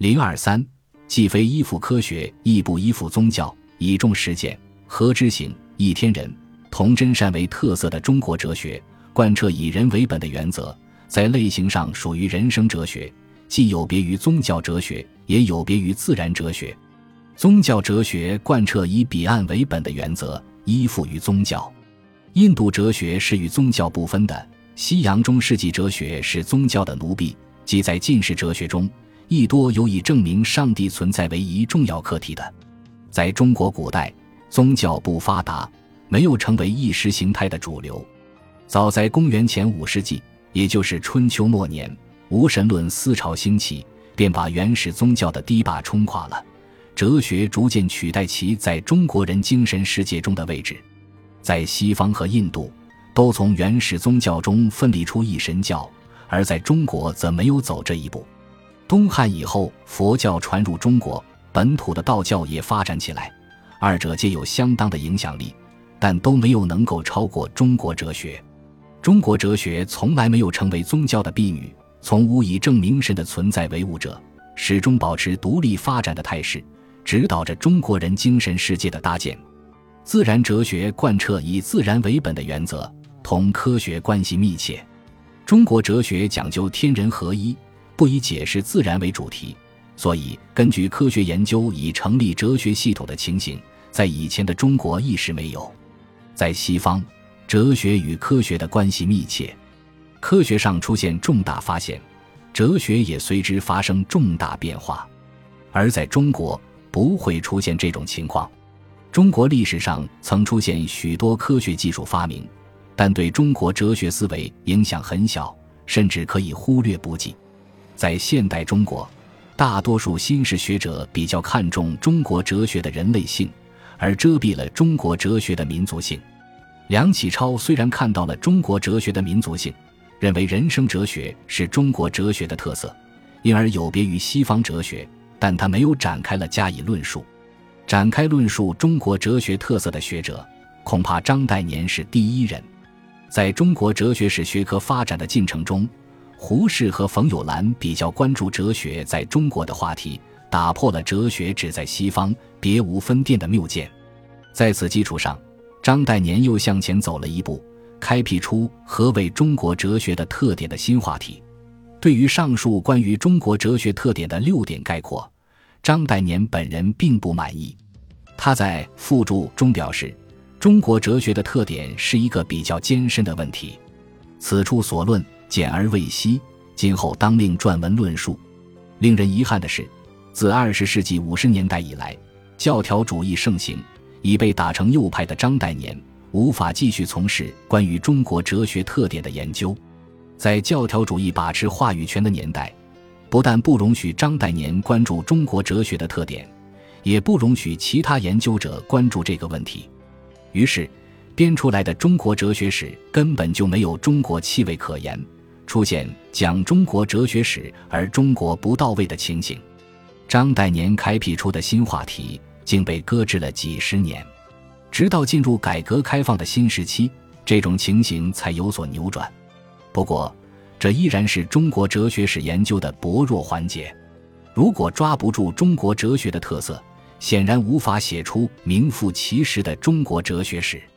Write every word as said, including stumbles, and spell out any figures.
零二三，既非依附科学，亦不依附宗教，以重实践，和知行，益天人，同真善为特色的中国哲学，贯彻以人为本的原则，在类型上属于人生哲学，既有别于宗教哲学，也有别于自然哲学。宗教哲学贯彻以彼岸为本的原则，依附于宗教。印度哲学是与宗教不分的，西洋中世纪哲学是宗教的奴婢，即在近世哲学中，亦多有以证明上帝存在为一重要课题的。在中国古代，宗教不发达，没有成为意识形态的主流。早在公元前五世纪，也就是春秋末年，无神论思潮兴起，便把原始宗教的堤坝冲垮了，哲学逐渐取代其在中国人精神世界中的位置。在西方和印度，都从原始宗教中分离出一神教，而在中国则没有走这一步。东汉以后，佛教传入中国，本土的道教也发展起来，二者皆有相当的影响力，但都没有能够超过中国哲学。中国哲学从来没有成为宗教的婢女，从无以证明神的存在为物者，始终保持独立发展的态势，指导着中国人精神世界的搭建。自然哲学贯彻以自然为本的原则，同科学关系密切。中国哲学讲究天人合一，不以解释自然为主题，所以根据科学研究以成立哲学系统的情形，在以前的中国一时没有。在西方，哲学与科学的关系密切，科学上出现重大发现，哲学也随之发生重大变化。而在中国，不会出现这种情况。中国历史上曾出现许多科学技术发明，但对中国哲学思维影响很小，甚至可以忽略不计。在现代中国，大多数新式学者比较看重中国哲学的人类性，而遮蔽了中国哲学的民族性。梁启超虽然看到了中国哲学的民族性，认为人生哲学是中国哲学的特色，因而有别于西方哲学，但他没有展开了加以论述。展开论述中国哲学特色的学者，恐怕张岱年是第一人。在中国哲学史学科发展的进程中，胡适和冯友兰比较关注哲学在中国的话题，打破了哲学只在西方别无分店的谬见。在此基础上，张岱年又向前走了一步，开辟出何谓中国哲学的特点的新话题。对于上述关于中国哲学特点的六点概括，张岱年本人并不满意。他在附注中表示，中国哲学的特点是一个比较艰深的问题，此处所论简而未悉，今后当另撰文论述。令人遗憾的是，自二十世纪五十年代以来，教条主义盛行，已被打成右派的张岱年无法继续从事关于中国哲学特点的研究。在教条主义把持话语权的年代，不但不容许张岱年关注中国哲学的特点，也不容许其他研究者关注这个问题。于是编出来的中国哲学史根本就没有中国气味可言，出现讲中国哲学史而中国不到位的情形。张岱年开辟出的新话题竟被搁置了几十年，直到进入改革开放的新时期，这种情形才有所扭转。不过这依然是中国哲学史研究的薄弱环节，如果抓不住中国哲学的特色，显然无法写出名副其实的中国哲学史。